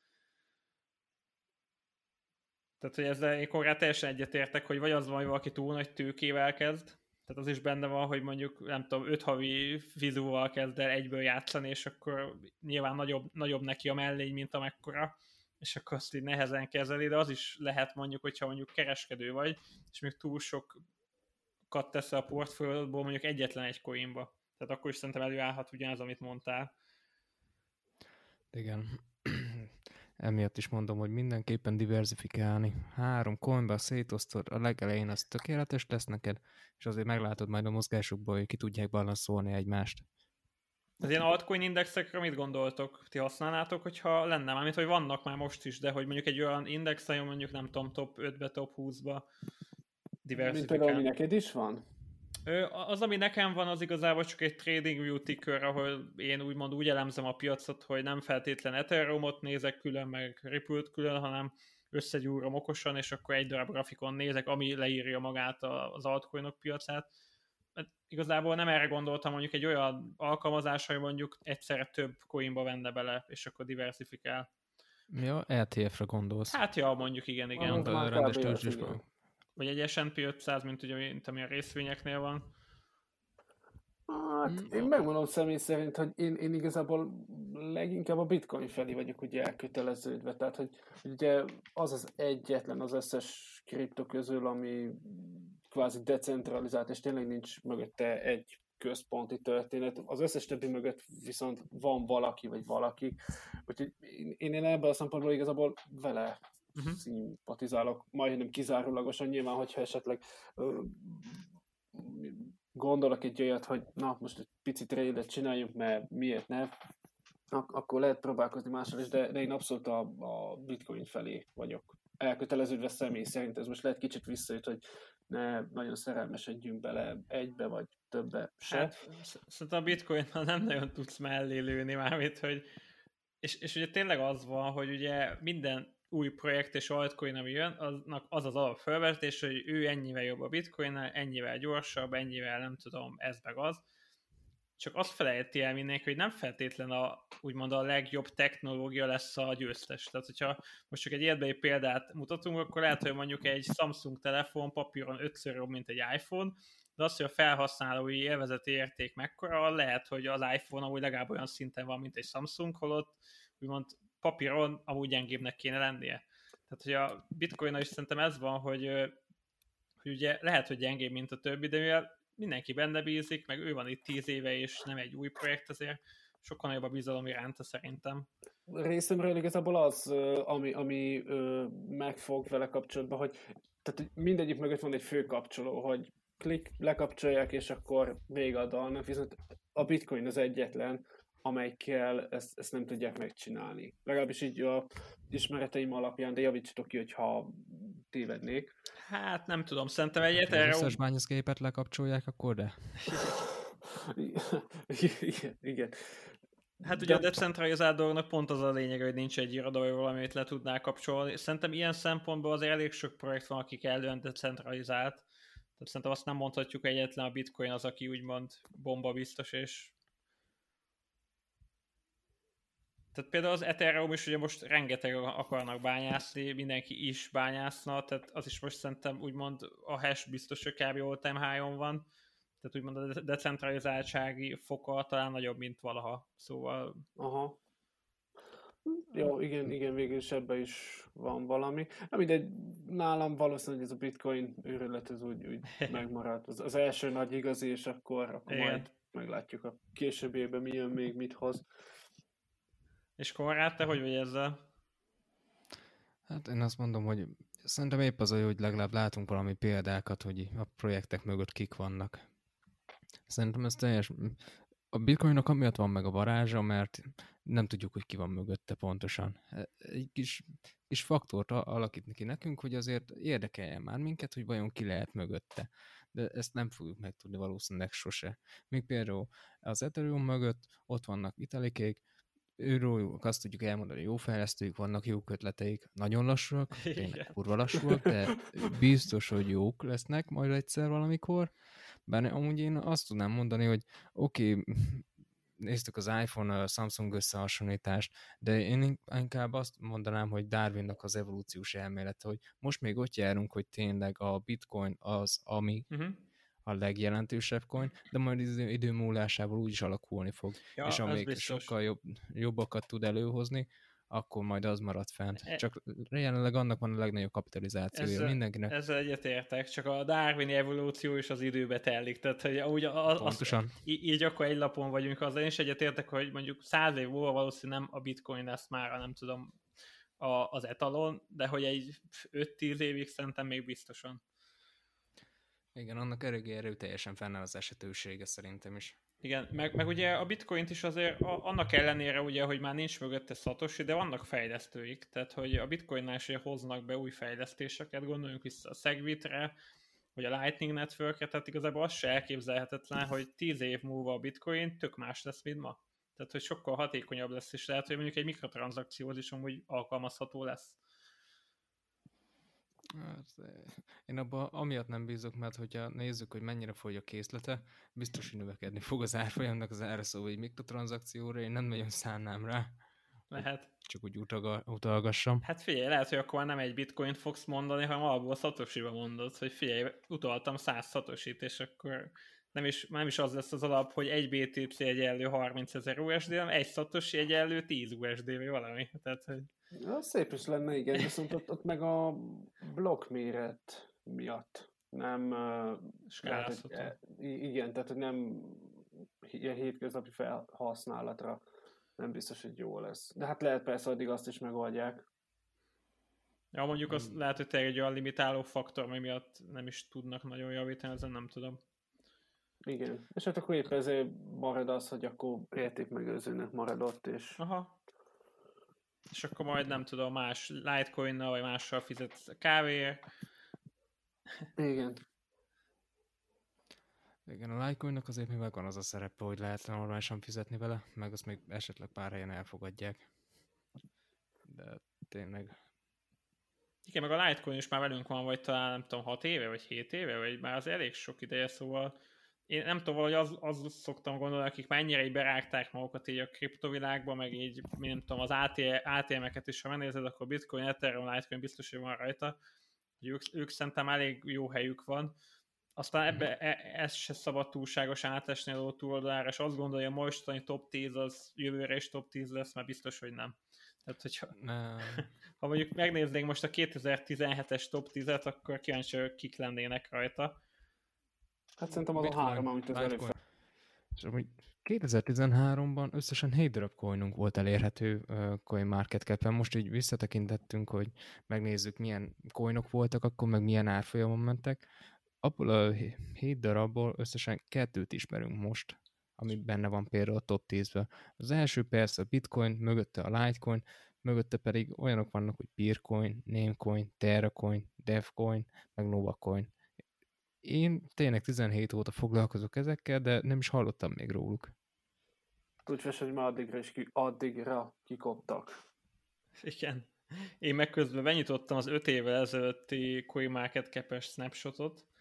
Tehát, hogy ezzel én korán teljesen egyetértek, hogy vagy az van, hogy valaki túl nagy tőkével kezd, tehát az is benne van, hogy mondjuk, nem tudom, 5 havi fizúval kezd el egyből játszani, és akkor nyilván nagyobb neki a mellény, mint amekkora, és akkor azt így nehezen kezeli, de az is lehet mondjuk, hogyha mondjuk kereskedő vagy, és még túl sokat tesz a portfóliódból mondjuk egyetlen egy coinba. Tehát akkor is szerintem előállhat ugyanaz, amit mondtál. Igen. Emiatt is mondom, hogy mindenképpen diversifikálni. 3 coinba szétosztod, a legelején az tökéletes lesz neked, és azért meglátod majd a mozgásokból, hogy ki tudják balanszolni egymást. Az ilyen altcoin indexekről mit gondoltok? Ti használnátok, hogyha lenne már, mint hogy vannak már most is, de hogy mondjuk egy olyan index, ami mondjuk nem tudom, top 5-be, top 20-ba diversifikál. Mint például, ami neked is van? Az, ami nekem van, az igazából csak egy TradingView ticker, ahol én úgymond úgy elemzem a piacot, hogy nem feltétlen Ethereumot nézek külön, meg Ripple-t külön, hanem összegyúrom okosan, és akkor egy darab grafikon nézek, ami leírja magát az altcoinok piacát. Mert igazából nem erre gondoltam, mondjuk egy olyan alkalmazás, hogy mondjuk egyszerre több coinba venne bele, és akkor diversifikál. Ja, ETF-re gondolsz. Hát ja, mondjuk igen. A rendes tőzsdés. Vagy egy S&P 500, mint ami a részvényeknél van. Hát én megmondom személy szerint, hogy én igazából leginkább a bitcoin felé vagyok ugye elköteleződve. Tehát, hogy ugye az egyetlen az összes kripto közül, ami kvázi decentralizált, és tényleg nincs mögötte egy központi történet. Az összes többi mögött viszont van valaki, vagy valakik. Úgyhogy én ebben a szempontból igazából vele szimpatizálok, majdnem kizárólagosan. Nyilván, hogyha esetleg gondolok egy olyat, hogy na, most egy picit trade-et csináljunk, mert miért ne, akkor lehet próbálkozni mással is, de én abszolút a bitcoin felé vagyok elköteleződve személy szerint. Ez most lehet kicsit visszajött, hogy ne nagyon szerelmesedjünk bele egybe vagy többe se. Hát, szerintem a bitcoinnal nem nagyon tudsz mellé lőni mármint, hogy és ugye tényleg az van, hogy ugye minden új projekt és altcoin, ami jön, aznak az alapfelvetés, hogy ő ennyivel jobb a bitcoinnál, ennyivel gyorsabb, ennyivel nem tudom, ez meg az. Csak azt felejti el mindenki, hogy nem feltétlen úgymond a legjobb technológia lesz a győztes. Tehát, hogyha most csak egy életbeli példát mutatunk, akkor lehet, hogy mondjuk egy Samsung telefon papíron 5-ször jobb, mint egy iPhone, de az, hogy a felhasználói élvezeti érték mekkora, lehet, hogy az iPhone amúgy legalább olyan szinten van, mint egy Samsung, holott úgymond papíron amúgy gyengébbnek kéne lennie. Tehát, hogy a bitcoinnal is szerintem ez van, hogy ugye lehet, hogy gyengébb, mint a többi, de mivel mindenki benne bízik, meg ő van itt 10 éve, és nem egy új projekt, azért sokkal nagyobb a bizalom iránta szerintem. Részemről igazából az, ami megfog vele kapcsolatban, hogy tehát mindegyik mögött van egy fő kapcsoló, hogy klik, lekapcsolják, és akkor vége a dalnak, viszont a bitcoin az egyetlen, amelyikkel ezt nem tudják megcsinálni. Legalábbis így a ismereteim alapján, de javítsatok ki, hogyha tévednék. Hát nem tudom, szerintem egy Ethereum... Az összes bányászgépet lekapcsolják, akkor de? Igen. Hát ugye a decentralizált dolognak pont az a lényeg, hogy nincs egy iroda, vagy valamit le tudná kapcsolni. Szerintem ilyen szempontból azért elég sok projekt van, akik elően decentralizált, Tehát szerintem azt nem mondhatjuk, egyetlen a Bitcoin az, aki úgymond bomba biztos, és tehát például az Ethereum is ugye most rengeteg akarnak bányászni, mindenki is bányászna, tehát az is most szerintem úgymond a hash biztos, hogy kb. All-time high-on van, tehát úgymond a decentralizáltsági foka talán nagyobb, mint valaha, szóval... Aha. Jó, igen, végül is ebben is van valami. Nem mindegy, nálam valószínűleg ez a Bitcoin őrület ez úgy megmaradt. Az első nagy igazi, és akkor majd meglátjuk a későbbiében mi jön még, mit hoz. És Konrád, te hogy vagy ezzel? Hát én azt mondom, hogy szerintem épp az a jó, hogy legalább látunk valami példákat, hogy a projektek mögött kik vannak. Szerintem ez teljes... A Bitcoinnak amiatt van meg a varázsa, mert nem tudjuk, hogy ki van mögötte pontosan. Egy kis faktort alakítni ki nekünk, hogy azért érdekeljen már minket, hogy vajon ki lehet mögötte. De ezt nem fogjuk megtudni valószínűleg sose. Még például az Ethereum mögött ott vannak Vitalikék, őről azt tudjuk elmondani, jó fejlesztőik vannak, jó ötleteik, nagyon lassúak, tényleg kurva lassúak, de biztos, hogy jók lesznek majd egyszer valamikor. Bár amúgy én azt tudnám mondani, hogy oké, néztük az iPhone, Samsung összehasonlítást, de én inkább azt mondanám, hogy Darwinnak az evolúciós elmélete, hogy most még ott járunk, hogy tényleg a Bitcoin az, ami a legjelentősebb coin, de majd idő múlásával úgy is alakulni fog. Ja, és amíg sokkal jobbakat tud előhozni, akkor majd az marad fent. Csak jelenleg annak van a legnagyobb kapitalizációja mindenkinek. Ezzel egyetértek, csak a darwini evolúció is az időbe telik, tehát hogy pontosan. Így akkor egy lapon vagyunk azzal, én is egyetértek, hogy mondjuk 100 év múlva valószínűleg nem a Bitcoin lesz már, nem tudom, az etalon, de hogy egy 5-10 évig szerintem még biztosan. Igen, annak erőteljesen fennáll az esetősége szerintem is. Igen, meg ugye a Bitcoint is azért annak ellenére ugye, hogy már nincs mögötte Satoshi, de vannak fejlesztőik, tehát hogy a Bitcoinnál is hoznak be új fejlesztéseket, gondoljunk vissza a Segwitre, vagy a Lightning Network-re, tehát igazából az se elképzelhetetlen, hogy 10 év múlva a Bitcoin tök más lesz, mint ma. Tehát, hogy sokkal hatékonyabb lesz, és lehet, hogy mondjuk egy mikrotranszakcióhoz is amúgy alkalmazható lesz. Én abban amiatt nem bízok, mert hogyha nézzük, hogy mennyire fogy a készlete, biztos, hogy növekedni fog az árfolyamnak az ára, szóval egy mikrotranszakcióra én nem nagyon szánnám rá. Lehet. Csak úgy utalgassam. Hát figyelj, lehet, hogy akkor nem egy bitcoint fogsz mondani, hanem alapból Satoshi-ba mondod, hogy figyelj, utaltam 100 Satoshit, és akkor nem is az lesz az alap, hogy egy BTC egyenlő 30 000 USD, hanem egy Satoshi egyenlő 10 USD, vagy valami. Tehát, hogy... Ja, szép is lenne, igen, viszont ott meg a blokkméret miatt nem skálázható. Igen, tehát hogy nem ilyen hétköznapi felhasználatra nem biztos, hogy jó lesz. De hát lehet persze addig azt is megoldják. Ja, mondjuk az lehet, hogy tényleg egy olyan limitáló faktor, ami miatt nem is tudnak nagyon javítani, ezen nem tudom. Igen, és hát akkor épp ezért marad az, hogy akkor értékmegőrzőnek maradott, és... Aha. És akkor majd nem tudom, más Litecoinnal, vagy mással fizetsz a kávéért. Igen. Igen, a Litecoinnak azért még megvan az a szerepe, hogy lehet normálisan fizetni vele, meg azt még esetleg pár helyen elfogadják. De tényleg... Igen, meg a Litecoin is már velünk van, vagy talán nem tudom, 6 éve, vagy 7 éve, vagy már az elég sok ideje, szóval én nem tudom, valahogy az szoktam gondolni, akik mennyire így berágták magukat így a kriptovilágba, meg így, nem tudom, az ATM-eket is, ha megnézed, akkor Bitcoin, Ethereum, Litecoin biztos, hogy van rajta. Ők szerintem elég jó helyük van. Aztán ebbe ez se szabad túlságosan átesni a ló túloldalára, és azt gondolja, hogy a mostani top 10 az jövőre is top 10 lesz, mert biztos, hogy nem. Tehát, hogyha ha mondjuk megnéznénk most a 2017-es top 10-et, akkor kíváncsi, hogy kik lennének rajta. Hát szerintem az Bitcoin, a 3, amit az előbb. És amúgy 2013-ban összesen 7 darab coinunk volt elérhető CoinMarketCap-en. Most így visszatekintettünk, hogy megnézzük, milyen coinok voltak, akkor meg milyen árfolyamon mentek. Abból a 7 darabból összesen 2-t ismerünk most, ami benne van például a top 10-ben. Az első persze a Bitcoin, mögötte a Litecoin, mögötte pedig olyanok vannak, hogy Peercoin, Namecoin, Terracoin, Devcoin, meg Novacoin. Én tényleg 17 óta foglalkozok ezekkel, de nem is hallottam még róluk. Úgyhogy, hogy már addigra kikoptak. Igen. Én meg közben benyitottam az 5 évvel ezelőtti CoinMarketCap-es snapshotot,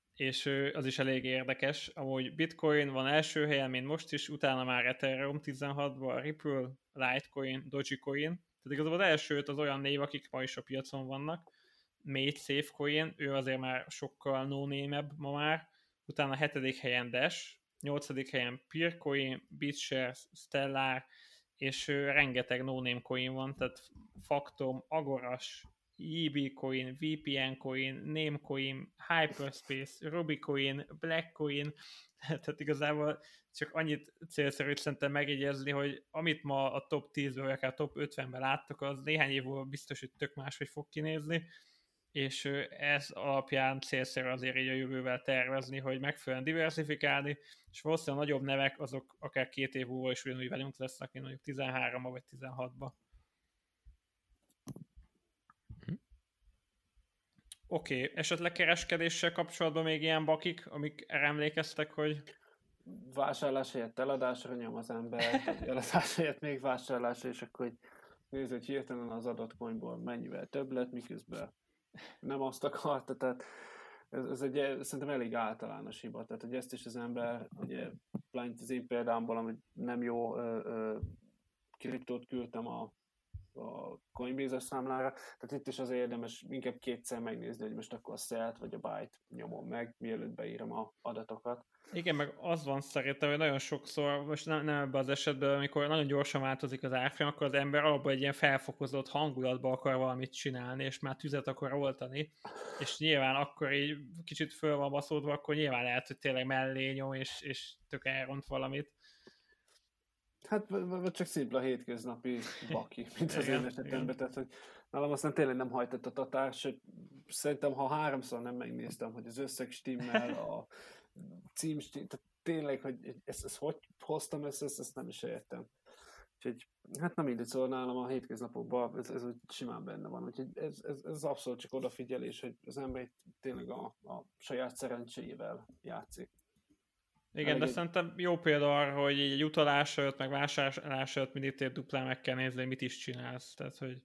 és az is elég érdekes. Amúgy Bitcoin van első helyen, mint most is, utána már Ethereum 16-ban, Ripple, Litecoin, Dogecoin. Tehát igazából az első az olyan név, akik ma is a piacon vannak. Mate Safecoin, ő azért már sokkal no-name-ebb ma már. Utána 7. helyen Dash, 8. helyen Peercoin, BitShares, Stellar, és rengeteg no-name coin van, tehát Factom, Agoras, EB Coin, VPN Coin, Namecoin, Hyperspace, Rubycoin, Blackcoin, tehát igazából csak annyit célszerű szerintem megjegyezni, hogy amit ma a top 10-ből, vagy akár top 50-ben láttok, az néhány év múlva biztos, hogy tök máshogy fog kinézni, és ez alapján célszerű azért így a jövővel tervezni, hogy megfelelően diversifikálni, és valószínűleg nagyobb nevek azok akár 2 év múlva is ugyanúgy velünk lesznek, mint mondjuk 13-ba vagy 16-ba. Oké, esetleg kereskedéssel kapcsolatban még ilyen bakik, amik erre emlékeztek, hogy... Vásárlás helyett eladásra nyom az ember, eladás helyett még vásárlásra, és akkor hogy nézd, hogy hirtelen az adott coinból mennyivel több lett, miközben nem azt akarta, tehát ez egy szerintem elég általános hiba, tehát hogy ezt is az ember, ugye pláne az én példámból, amit nem jó kriptót küldtem a Coinbase-es számlára, tehát itt is az érdemes inkább kétszer megnézni, hogy most akkor a sell-t vagy a buy-t nyomom meg, mielőtt beírom a adatokat. Igen, meg az van szerintem, hogy nagyon sokszor, most nem ebben az esetben, amikor nagyon gyorsan változik az árfolyam, akkor az ember alapban egy ilyen felfokozott hangulatba akar valamit csinálni, és már tüzet akar oltani, és nyilván akkor így kicsit föl van baszódva, akkor nyilván lehet, hogy tényleg mellé nyom, és tök elront valamit. Hát, vagy csak szimpla hétköznapi baki, mint az én esetemben, tehát hogy nálam aztán tényleg nem hajtott a tatár, sőt, szerintem, ha 3-szor nem megnéztem, hogy az összeg stimmel, a cím stimmel, tehát tényleg, hogy ezt hogy hoztam, ezt nem is értem. Úgyhogy, hát nem mindegy, szóval nálam a hétköznapokban ez úgy simán benne van, úgyhogy ez abszolút csak odafigyelés, hogy az ember tényleg a saját szerencséjével játszik. Igen, de szerintem jó példa arra, hogy egy utalás előtt, meg vásárlás előtt mindig duplán meg kell nézni, hogy mit is csinálsz. Tehát, hogy...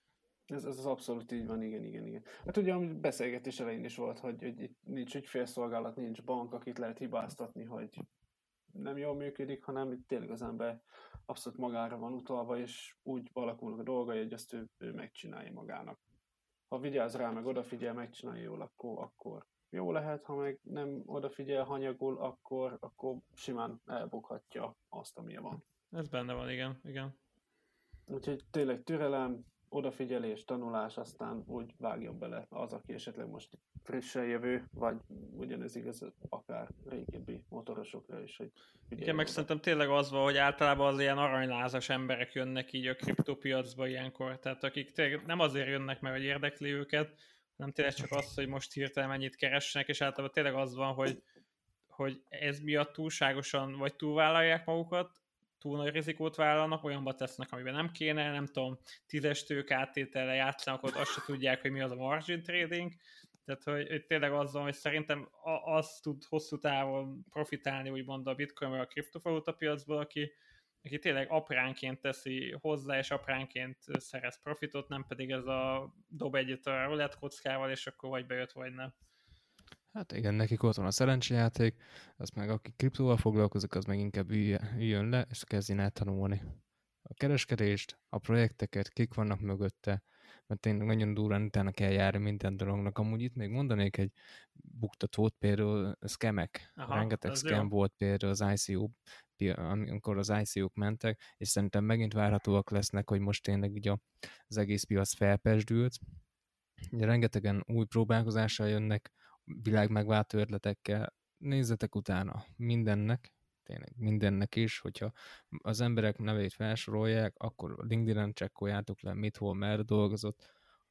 Ez az abszolút így van, igen. Hát ugye, amit beszélgetés elején is volt, hogy itt nincs ügyfélszolgálat, nincs bank, akit lehet hibáztatni, hogy nem jól működik, hanem itt tényleg az ember abszolút magára van utalva, és úgy alakulnak a dolgai, hogy azt ő megcsinálja magának. Ha vigyáz rá, meg odafigyel, megcsinálja jól, akkor jó lehet, ha meg nem odafigyel, hanyagul, akkor simán elbukhatja azt, ami van. Ez benne van, igen. Úgyhogy tényleg türelem, odafigyelés, tanulás, aztán úgy vágjon bele az, aki esetleg most frissen jövő, vagy ugyanez igaz akár régebbi motorosokra is, hogy igen, meg szerintem tényleg az van, hogy általában az ilyen aranylázas emberek jönnek így a kriptopiacba ilyenkor, tehát akik tényleg nem azért jönnek, mert hogy érdekli őket, hanem tényleg csak az, hogy most hirtelen mennyit keresnek, és általában tényleg az van, hogy ez miatt túlságosan vagy túlvállalják magukat, túl nagy rizikót vállalnak, olyanba tesznek, amiben nem kéne, nem tudom, 10-es tők áttétellel játszanak, ott azt se tudják, hogy mi az a margin trading, tehát hogy tényleg az van, hogy szerintem az tud hosszú távon profitálni, úgymond a bitcoin vagy a kriptovaluta piacból, aki tényleg apránként teszi hozzá, és apránként szerez profitot, nem pedig ez a dob egyet a roulette kockával, és akkor vagy bejött, vagy nem. Hát igen, nekik ott van a szerencsejáték, az meg aki kriptóval foglalkozik, az meg inkább üljön le, és kezdjen el tanulni a kereskedést, a projekteket, kik vannak mögötte, mert tényleg nagyon durván utána kell járni minden dolognak. Amúgy itt még mondanék egy buktatót, például scamek. Rengeteg scam volt például az ICO, amikor az ICO-k mentek, és szerintem megint várhatóak lesznek, hogy most tényleg így az egész piac felpesdült. Ugye rengetegen új próbálkozással jönnek, világ megváltó ötletekkel, nézzetek utána mindennek, tényleg mindennek is, hogyha az emberek nevét felsorolják, akkor LinkedIn-en csekkoljátok le, mit, hol, merre dolgozott,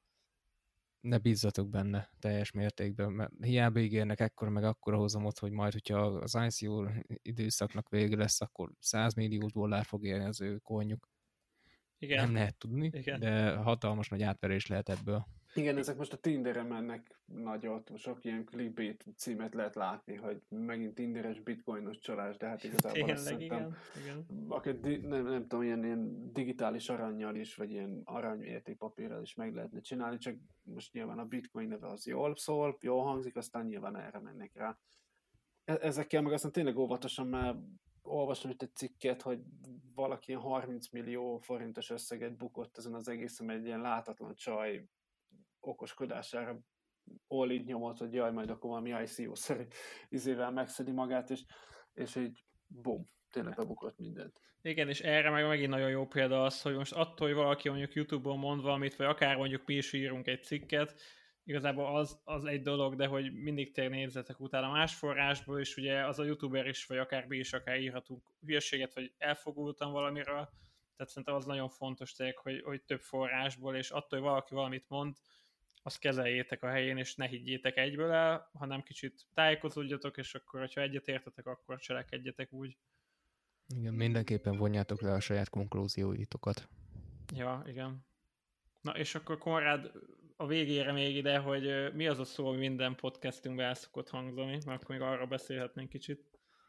ne bízzatok benne teljes mértékben, mert hiába ígérnek ekkora meg akkora hozamot, hogy majd, hogyha az ICO időszaknak vége lesz, akkor $100 millió fog érni az ő coinjuk. Igen. Nem lehet tudni, igen. De hatalmas nagy átverés lehet ebből. Igen, ezek most a Tinderen mennek nagyot, sok ilyen clickbait címet lehet látni, hogy megint Tinderes bitcoinos csalás, de hát igazából azt Tényleg, szerintem, igen. akár nem tudom, ilyen digitális arannyal is, vagy ilyen arany értékpapírral is meg lehetne csinálni, csak most nyilván a bitcoin neve az jól szól, jól hangzik, aztán nyilván erre mennek rá. Ezekkel meg aztán tényleg óvatosan, mert olvastam itt egy cikket, hogy valaki ilyen 30 millió forintos összeget bukott ezen az egészen, egy ilyen látatlan csaj okoskodására all-in nyomott, hogy jaj, majd akkor valami ICO-szerű izével megszedi magát, és így bum, tényleg bebukott mindent. Igen, és erre meg megint nagyon jó példa az, hogy most attól, hogy valaki mondjuk YouTube-on mond valamit, vagy akár mondjuk mi is írunk egy cikket, igazából az egy dolog, de hogy mindig nézzetek utána más forrásból, és ugye az a YouTuber is, vagy akár mi is akár írhatunk hülyeséget, vagy elfogultam valamiről, tehát szerintem az nagyon fontos tényleg, hogy több forrásból, és attól, hogy valaki valamit mond, azt kezeljétek a helyén, és ne higgyétek egyből el, hanem kicsit tájékozódjatok, és akkor, hogyha egyetértetek, akkor cselekedjetek úgy. Igen, mindenképpen vonjátok le a saját konklúzióitokat. Ja, igen. Na, és akkor Konrád, a végére még ide, hogy mi az a szó, ami minden podcastünkben el szokott hangzani, mert akkor még arra beszélhetnénk kicsit.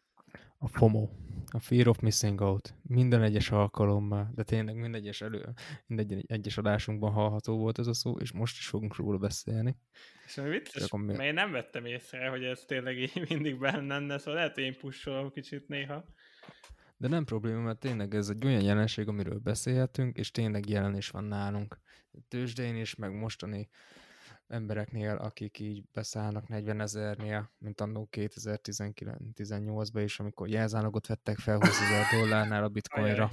A FOMO, a Fear of Missing Out. Minden egyes alkalommal, de tényleg minden egyes adásunkban hallható volt ez a szó, és most is fogunk róla beszélni. És ami vicces, mert én nem vettem észre, hogy ez tényleg így mindig benne lenne, szóval lehet, hogy én pusolom kicsit néha. De nem probléma, mert tényleg ez egy olyan jelenség, amiről beszélhetünk, és tényleg jelen is van nálunk. Tőzsdén is, meg mostani embereknél, akik így beszállnak 40 000-nél, mint annó 2019-18-ban is, amikor jelzálogot vettek fel $20,000 a bitcoinra.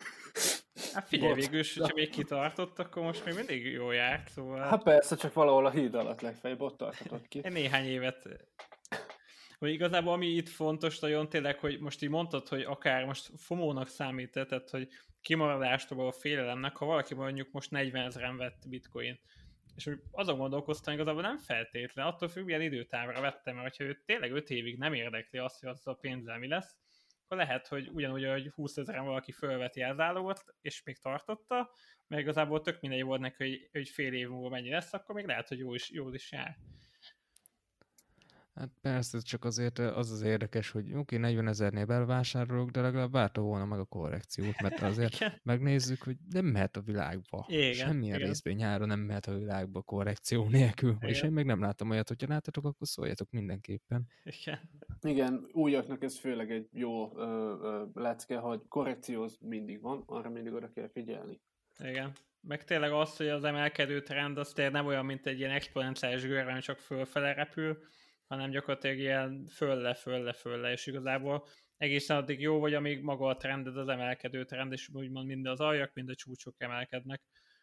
Hát figyelj, végül is, hogyha még kitartott, akkor most még mindig jól járt, szóval... Hát persze, csak valahol a híd alatt legfeljebb ott tarthatott ki. Néhány évet... Hogy igazából ami itt fontos nagyon tényleg, hogy most így mondtad, hogy akár most FOMO-nak számít, tehát hogy kimaradástól a félelemnek, ha valaki mondjuk most 40 000-en vett bitcoin, és azon gondolkoztam, igazából nem feltétlen, attól függ, milyen időtávra vettem, mert ha ő tényleg 5 évig nem érdekli azt, hogy az a pénzzel mi lesz, akkor lehet, hogy ugyanúgy, hogy 20 000-en valaki fölveti elzálogot, és még tartotta, mert igazából tök mindegy volt neki, hogy fél év múlva mennyi lesz, akkor még lehet, hogy jól is jár. Hát persze, csak azért az érdekes, hogy oké, 40 000-nél belvásárolok, de legalább várta volna meg a korrekciót, mert azért megnézzük, hogy nem mehet a világba. Semmilyen részvény ára nem mehet a világba korrekció nélkül. Igen. És én még nem láttam olyat, hogyha láttatok, akkor szóljatok mindenképpen. Igen, újaknak ez főleg egy jó lecke, hogy korrekció mindig van, arra mindig oda kell figyelni. Igen. Meg tényleg az, hogy az emelkedő trend az tényleg nem olyan, mint egy ilyen exponenciális görbe, csak fölfele repül, hanem gyakorlatilag ilyen fölle, és igazából egészen addig jó vagy, amíg maga a trend, az emelkedő trend, és úgymond mind az aljak, mind a csúcsok emelkednek.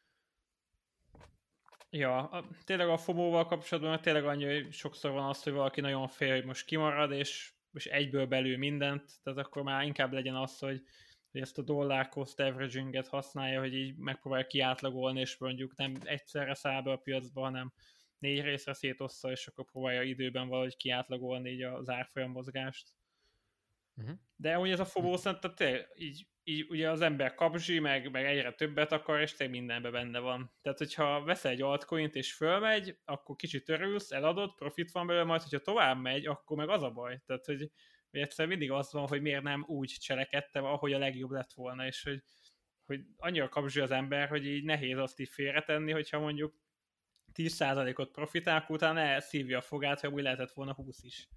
Ja, tényleg a FOMO-val kapcsolatban, mert tényleg annyi, hogy sokszor van az, hogy valaki nagyon fél, hogy most kimarad, és egyből belül mindent, tehát akkor már inkább legyen az, hogy ezt a dollar cost averaginget használja, hogy így megpróbálja kiátlagolni, és mondjuk nem egyszerre száll be a piacba, hanem 4 részre szétossza, és akkor próbálja időben valahogy kiátlagolni így az árfolyam mozgást. De ugye ez a FOMO szerintem tényleg így ugye az ember kapzsi, meg egyre többet akar, és tényleg mindenben benne van. Tehát, hogyha veszel egy altcoint és fölmegy, akkor kicsit örülsz, eladod, profit van belőle, majd hogyha tovább megy, akkor meg az a baj. Tehát, hogy egyszerűen mindig az van, hogy miért nem úgy cselekedtem, ahogy a legjobb lett volna, és hogy annyira kapzsi az ember, hogy így nehéz azt így félretenni, hogyha mondjuk 10%-ot profitál, utána elszívja a fogát, hogy úgy lehetett volna 20 is.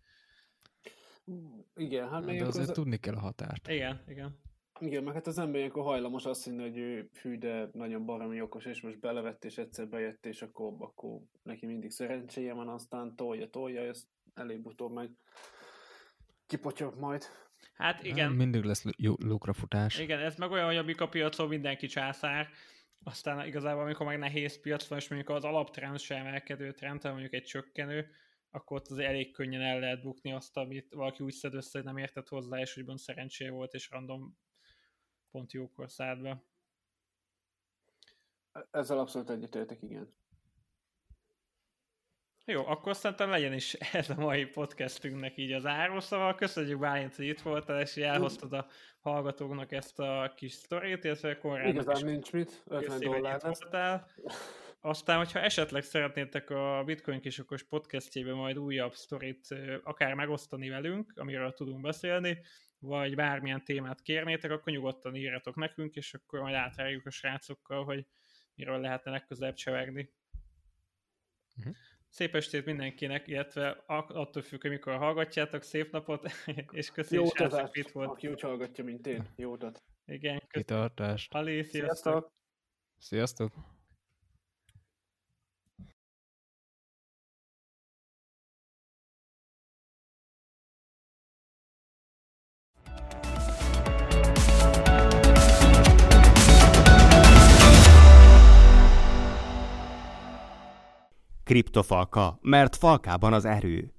Igen, hát de azért tudni kell a határt. Igen. Igen, meg hát az ember ilyenkor hajlamos azt hinni, hogy ő hű, de nagyon baromi okos, és most belevett, és egyszer bejött, és akkor neki mindig szerencséje van, aztán tolja, ezt előbb-utóbb meg kipotyog majd. Hát igen. Mindig lesz lukrafutás. Igen, ez meg olyan, hogy amik a piacon mindenki császár, aztán igazából amikor meg nehéz piac van, és mondjuk az alaptrend se emelkedő trend, hanem mondjuk egy csökkenő, akkor ott azért elég könnyen el lehet bukni azt, amit valaki úgy szed össze, hogy nem értett hozzá, és úgymond szerencsé volt, és random pont jókor szállt be. Ezzel abszolút egyetértek, igen. Jó, akkor szerintem legyen is ez a mai podcastünknek így az árószava. Köszönjük, Bálint, hogy itt voltál, és elhoztad a hallgatóknak ezt a kis sztorit, illetve Konrádnak igazán nincs mit, $50 lesz. Aztán, hogyha esetleg szeretnétek a Bitcoin Kisokos podcastjében majd újabb sztorit akár megosztani velünk, amiről tudunk beszélni, vagy bármilyen témát kérnétek, akkor nyugodtan írjatok nekünk, és akkor majd átjárjuk a srácokkal, hogy miről lehetne legközelebb csevegni. Szép estét mindenkinek, illetve attól függ, hogy mikor hallgatjátok, szép napot, és köszönjük, srácok, itt volt. Aki úgy hallgatja, mint én. Jó utat. Igen, Kitartást. Ali, sziasztok! Sziasztok! Kriptofalka, mert falkában az erő.